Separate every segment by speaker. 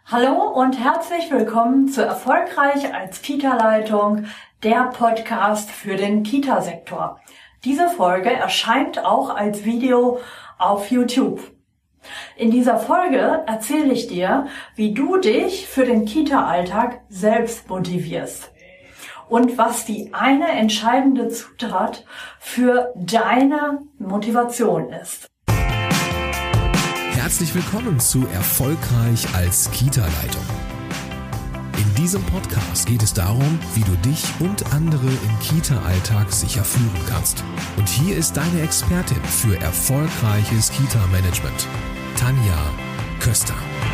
Speaker 1: Hallo und herzlich willkommen zu Erfolgreich als Kita-Leitung, der Podcast für den Kita-Sektor. Diese Folge erscheint auch als Video auf YouTube. In dieser Folge erzähle ich dir, wie du dich für den Kita-Alltag selbst motivierst und was die eine entscheidende Zutat für deine Motivation ist.
Speaker 2: Herzlich willkommen zu Erfolgreich als Kita-Leitung. In diesem Podcast geht es darum, wie du dich und andere im Kita-Alltag sicher führen kannst. Und hier ist deine Expertin für erfolgreiches Kita-Management, Tanja Köster.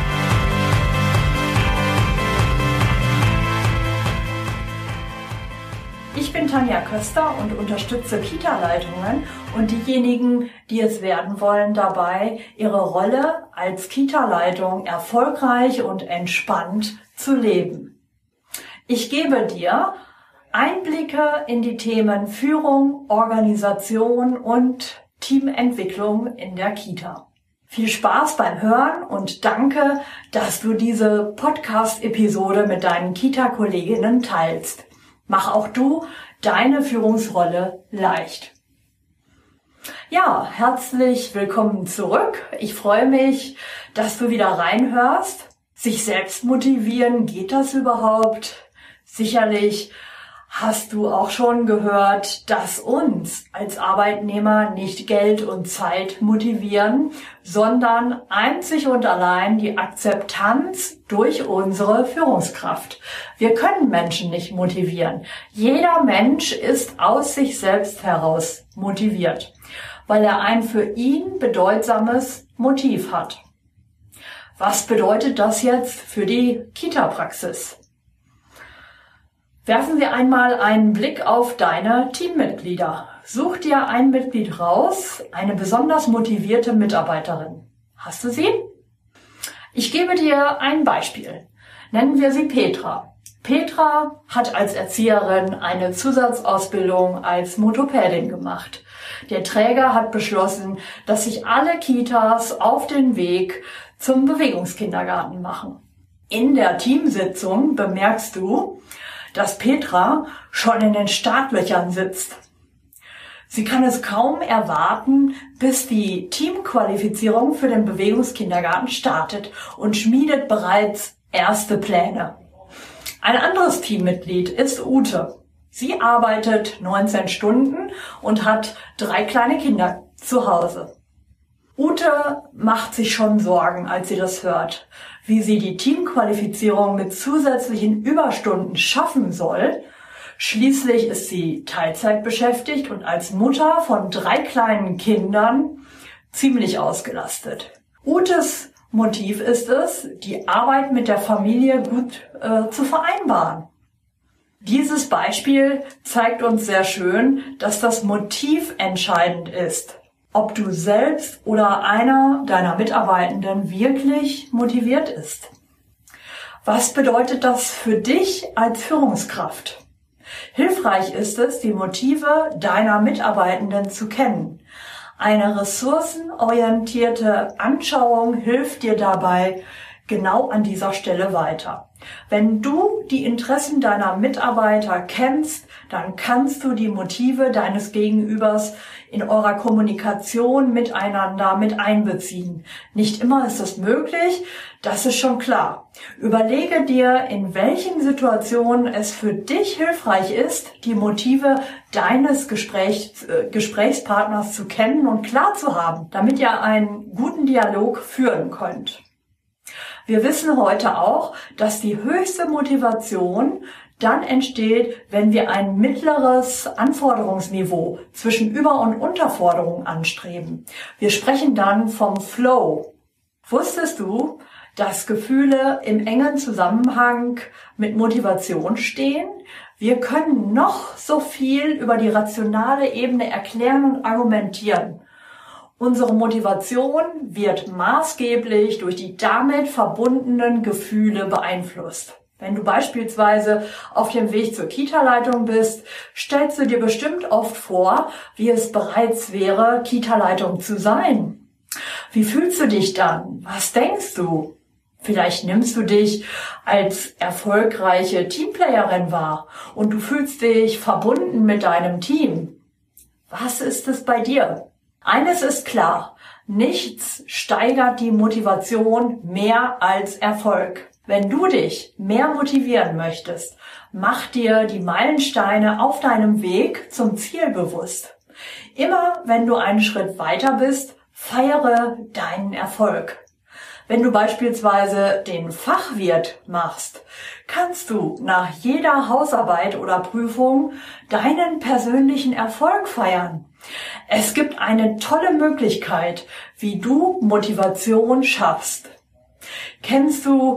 Speaker 1: Ich bin Tanja Köster und unterstütze Kita-Leitungen und diejenigen, die es werden wollen, dabei, ihre Rolle als Kita-Leitung erfolgreich und entspannt zu leben. Ich gebe dir Einblicke in die Themen Führung, Organisation und Teamentwicklung in der Kita. Viel Spaß beim Hören und danke, dass du diese Podcast-Episode mit deinen Kita-Kolleginnen teilst. Mach auch du deine Führungsrolle leicht. Ja, herzlich willkommen zurück. Ich freue mich, dass du wieder reinhörst. Sich selbst motivieren, geht das überhaupt? Sicherlich hast du auch schon gehört, dass uns als Arbeitnehmer nicht Geld und Zeit motivieren, sondern einzig und allein die Akzeptanz durch unsere Führungskraft. Wir können Menschen nicht motivieren. Jeder Mensch ist aus sich selbst heraus motiviert, weil er ein für ihn bedeutsames Motiv hat. Was bedeutet das jetzt für die Kita-Praxis? Werfen wir einmal einen Blick auf deine Teammitglieder. Such dir ein Mitglied raus, eine besonders motivierte Mitarbeiterin. Hast du sie? Ich gebe dir ein Beispiel. Nennen wir sie Petra. Petra hat als Erzieherin eine Zusatzausbildung als Motopädin gemacht. Der Träger hat beschlossen, dass sich alle Kitas auf den Weg zum Bewegungskindergarten machen. In der Teamsitzung bemerkst du, dass Petra schon in den Startlöchern sitzt. Sie kann es kaum erwarten, bis die Teamqualifizierung für den Bewegungskindergarten startet und schmiedet bereits erste Pläne. Ein anderes Teammitglied ist Ute. Sie arbeitet 19 Stunden und hat 3 kleine Kinder zu Hause. Ute macht sich schon Sorgen, als sie das hört, wie sie die Teamqualifizierung mit zusätzlichen Überstunden schaffen soll. Schließlich ist sie Teilzeit beschäftigt und als Mutter von 3 kleinen Kindern ziemlich ausgelastet. Utes Motiv ist es, die Arbeit mit der Familie gut zu vereinbaren. Dieses Beispiel zeigt uns sehr schön, dass das Motiv entscheidend ist. Ob du selbst oder einer deiner Mitarbeitenden wirklich motiviert ist. Was bedeutet das für dich als Führungskraft? Hilfreich ist es, die Motive deiner Mitarbeitenden zu kennen. Eine ressourcenorientierte Anschauung hilft dir dabei genau an dieser Stelle weiter. Wenn du die Interessen deiner Mitarbeiter kennst, dann kannst du die Motive deines Gegenübers in eurer Kommunikation miteinander mit einbeziehen. Nicht immer ist das möglich, das ist schon klar. Überlege dir, in welchen Situationen es für dich hilfreich ist, die Motive deines Gesprächspartners zu kennen und klar zu haben, damit ihr einen guten Dialog führen könnt. Wir wissen heute auch, dass die höchste Motivation dann entsteht, wenn wir ein mittleres Anforderungsniveau zwischen Über- und Unterforderung anstreben. Wir sprechen dann vom Flow. Wusstest du, dass Gefühle im engen Zusammenhang mit Motivation stehen? Wir können noch so viel über die rationale Ebene erklären und argumentieren. Unsere Motivation wird maßgeblich durch die damit verbundenen Gefühle beeinflusst. Wenn du beispielsweise auf dem Weg zur Kita-Leitung bist, stellst du dir bestimmt oft vor, wie es bereits wäre, Kita-Leitung zu sein. Wie fühlst du dich dann? Was denkst du? Vielleicht nimmst du dich als erfolgreiche Teamplayerin wahr und du fühlst dich verbunden mit deinem Team. Was ist es bei dir? Eines ist klar, nichts steigert die Motivation mehr als Erfolg. Wenn du dich mehr motivieren möchtest, mach dir die Meilensteine auf deinem Weg zum Ziel bewusst. Immer wenn du einen Schritt weiter bist, feiere deinen Erfolg. Wenn du beispielsweise den Fachwirt machst, kannst du nach jeder Hausarbeit oder Prüfung deinen persönlichen Erfolg feiern. Es gibt eine tolle Möglichkeit, wie du Motivation schaffst. Kennst du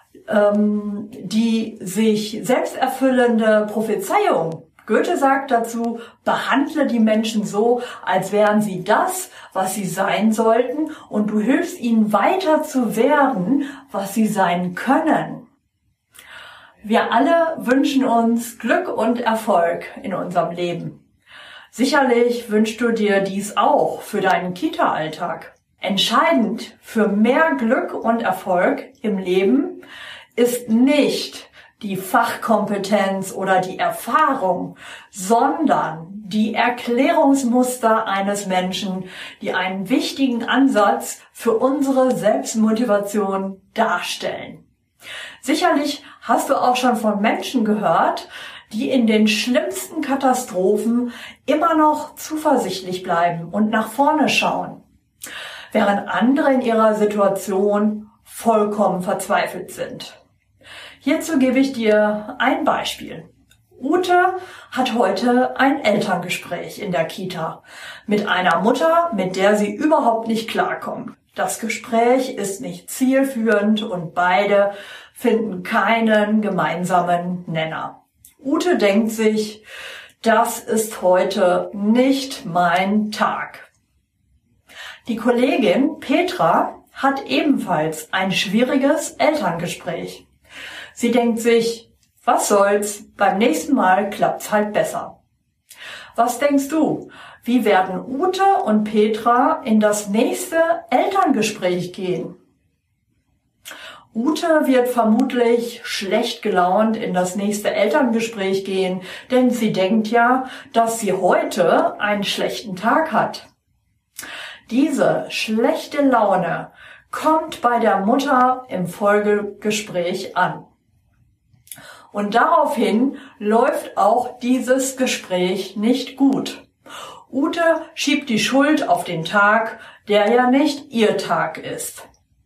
Speaker 1: die sich selbst erfüllende Prophezeiung? Goethe sagt dazu, behandle die Menschen so, als wären sie das, was sie sein sollten, und du hilfst ihnen weiter zu werden, was sie sein können. Wir alle wünschen uns Glück und Erfolg in unserem Leben. Sicherlich wünschst du dir dies auch für deinen Kita-Alltag. Entscheidend für mehr Glück und Erfolg im Leben ist nicht die Fachkompetenz oder die Erfahrung, sondern die Erklärungsmuster eines Menschen, die einen wichtigen Ansatz für unsere Selbstmotivation darstellen. Sicherlich hast du auch schon von Menschen gehört, die in den schlimmsten Katastrophen immer noch zuversichtlich bleiben und nach vorne schauen, während andere in ihrer Situation vollkommen verzweifelt sind. Hierzu gebe ich dir ein Beispiel. Ute hat heute ein Elterngespräch in der Kita mit einer Mutter, mit der sie überhaupt nicht klarkommt. Das Gespräch ist nicht zielführend und beide finden keinen gemeinsamen Nenner. Ute denkt sich, das ist heute nicht mein Tag. Die Kollegin Petra hat ebenfalls ein schwieriges Elterngespräch. Sie denkt sich, was soll's, beim nächsten Mal klappt's halt besser. Was denkst du? Wie werden Ute und Petra in das nächste Elterngespräch gehen? Ute wird vermutlich schlecht gelaunt in das nächste Elterngespräch gehen, denn sie denkt ja, dass sie heute einen schlechten Tag hat. Diese schlechte Laune kommt bei der Mutter im Folgegespräch an. Und daraufhin läuft auch dieses Gespräch nicht gut. Ute schiebt die Schuld auf den Tag, der ja nicht ihr Tag ist.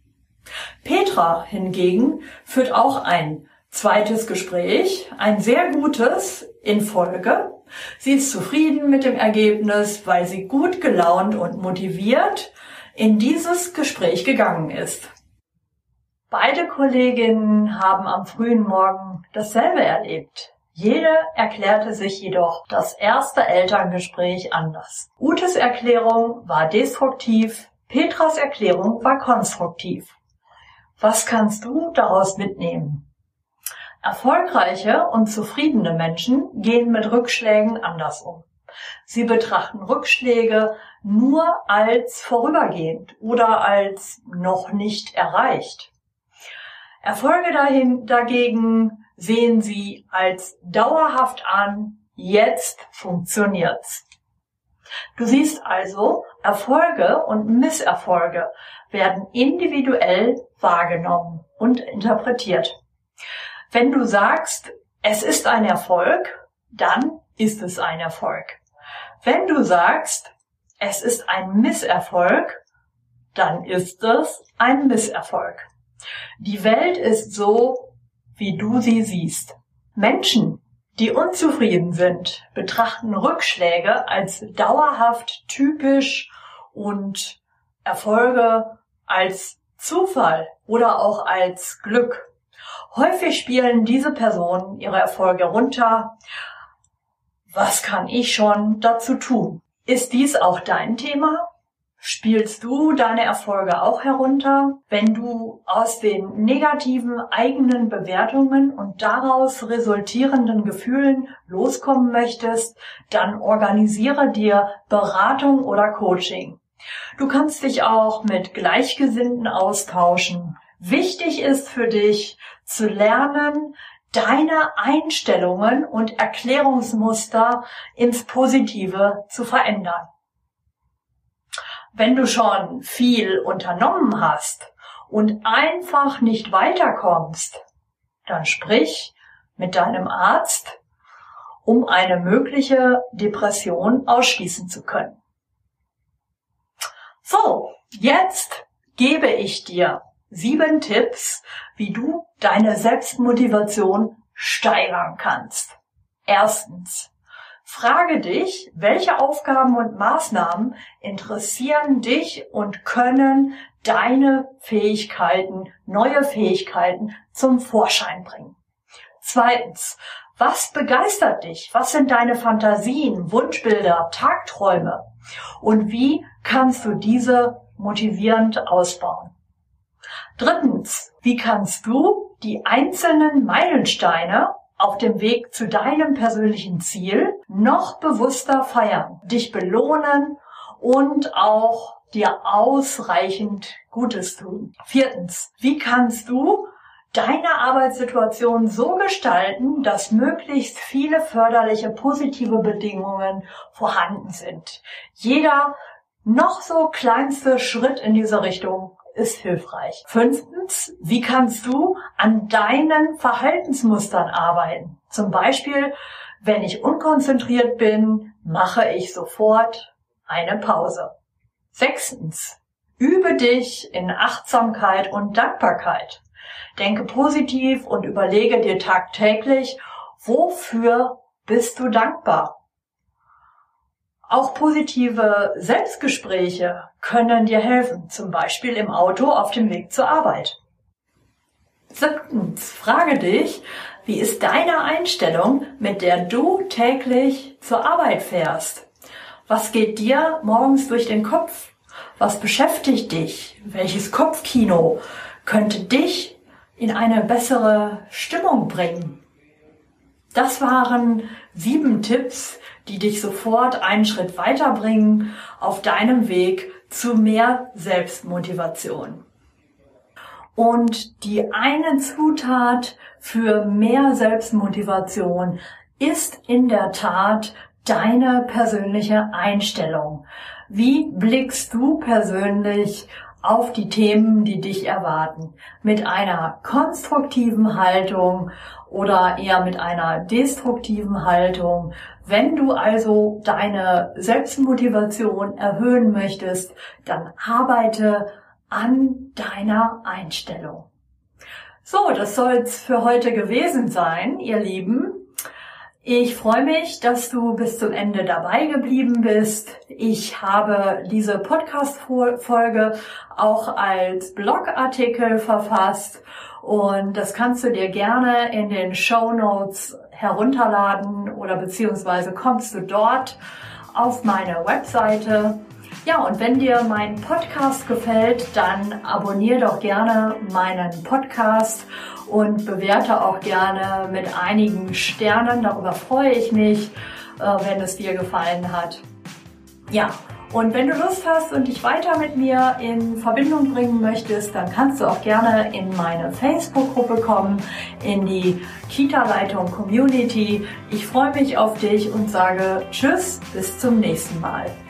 Speaker 1: Petra hingegen führt auch ein zweites Gespräch, ein sehr gutes in Folge. Sie ist zufrieden mit dem Ergebnis, weil sie gut gelaunt und motiviert in dieses Gespräch gegangen ist. Beide Kolleginnen haben am frühen Morgen dasselbe erlebt. Jede erklärte sich jedoch das erste Elterngespräch anders. Utes Erklärung war destruktiv, Petras Erklärung war konstruktiv. Was kannst du daraus mitnehmen? Erfolgreiche und zufriedene Menschen gehen mit Rückschlägen anders um. Sie betrachten Rückschläge nur als vorübergehend oder als noch nicht erreicht. Erfolge dagegen sehen sie als dauerhaft an, jetzt funktioniert's. Du siehst also, Erfolge und Misserfolge werden individuell wahrgenommen und interpretiert. Wenn du sagst, es ist ein Erfolg, dann ist es ein Erfolg. Wenn du sagst, es ist ein Misserfolg, dann ist es ein Misserfolg. Die Welt ist so, wie du sie siehst. Menschen, die unzufrieden sind, betrachten Rückschläge als dauerhaft typisch und Erfolge als Zufall oder auch als Glück. Häufig spielen diese Personen ihre Erfolge runter. Was kann ich schon dazu tun? Ist dies auch dein Thema? Spielst du deine Erfolge auch herunter? Wenn du aus den negativen eigenen Bewertungen und daraus resultierenden Gefühlen loskommen möchtest, dann organisiere dir Beratung oder Coaching. Du kannst dich auch mit Gleichgesinnten austauschen. Wichtig ist für dich zu lernen, deine Einstellungen und Erklärungsmuster ins Positive zu verändern. Wenn du schon viel unternommen hast und einfach nicht weiterkommst, dann sprich mit deinem Arzt, um eine mögliche Depression ausschließen zu können. So, jetzt gebe ich dir 7 Tipps, wie du deine Selbstmotivation steigern kannst. Erstens, frage dich, welche Aufgaben und Maßnahmen interessieren dich und können deine Fähigkeiten, neue Fähigkeiten zum Vorschein bringen. Zweitens, was begeistert dich? Was sind deine Fantasien, Wunschbilder, Tagträume? Und wie kannst du diese motivierend ausbauen? Drittens, wie kannst du die einzelnen Meilensteine auf dem Weg zu deinem persönlichen Ziel noch bewusster feiern, dich belohnen und auch dir ausreichend Gutes tun? Viertens, wie kannst du deine Arbeitssituation so gestalten, dass möglichst viele förderliche, positive Bedingungen vorhanden sind? Jeder noch so kleinste Schritt in diese Richtung ist hilfreich. Fünftens, wie kannst du an deinen Verhaltensmustern arbeiten? Zum Beispiel, wenn ich unkonzentriert bin, mache ich sofort eine Pause. Sechstens, übe dich in Achtsamkeit und Dankbarkeit. Denke positiv und überlege dir tagtäglich, wofür bist du dankbar? Auch positive Selbstgespräche können dir helfen, zum Beispiel im Auto auf dem Weg zur Arbeit. 7. Frage dich, wie ist deine Einstellung, mit der du täglich zur Arbeit fährst? Was geht dir morgens durch den Kopf? Was beschäftigt dich? Welches Kopfkino könnte dich in eine bessere Stimmung bringen? Das waren 7 Tipps, die dich sofort einen Schritt weiterbringen auf deinem Weg zu mehr Selbstmotivation. Und die eine Zutat für mehr Selbstmotivation ist in der Tat deine persönliche Einstellung. Wie blickst du persönlich auf die Themen, die dich erwarten? Mit einer konstruktiven Haltung oder eher mit einer destruktiven Haltung? Wenn du also deine Selbstmotivation erhöhen möchtest, dann arbeite an deiner Einstellung. So, das soll's für heute gewesen sein, ihr Lieben. Ich freue mich, dass du bis zum Ende dabei geblieben bist. Ich habe diese Podcast-Folge auch als Blogartikel verfasst und das kannst du dir gerne in den Shownotes herunterladen oder beziehungsweise kommst du dort auf meine Webseite. Ja, und wenn dir mein Podcast gefällt, dann abonniere doch gerne meinen Podcast und bewerte auch gerne mit einigen Sternen. Darüber freue ich mich, wenn es dir gefallen hat. Ja, und wenn du Lust hast und dich weiter mit mir in Verbindung bringen möchtest, dann kannst du auch gerne in meine Facebook-Gruppe kommen, in die Kita-Leitung Community. Ich freue mich auf dich und sage Tschüss, bis zum nächsten Mal.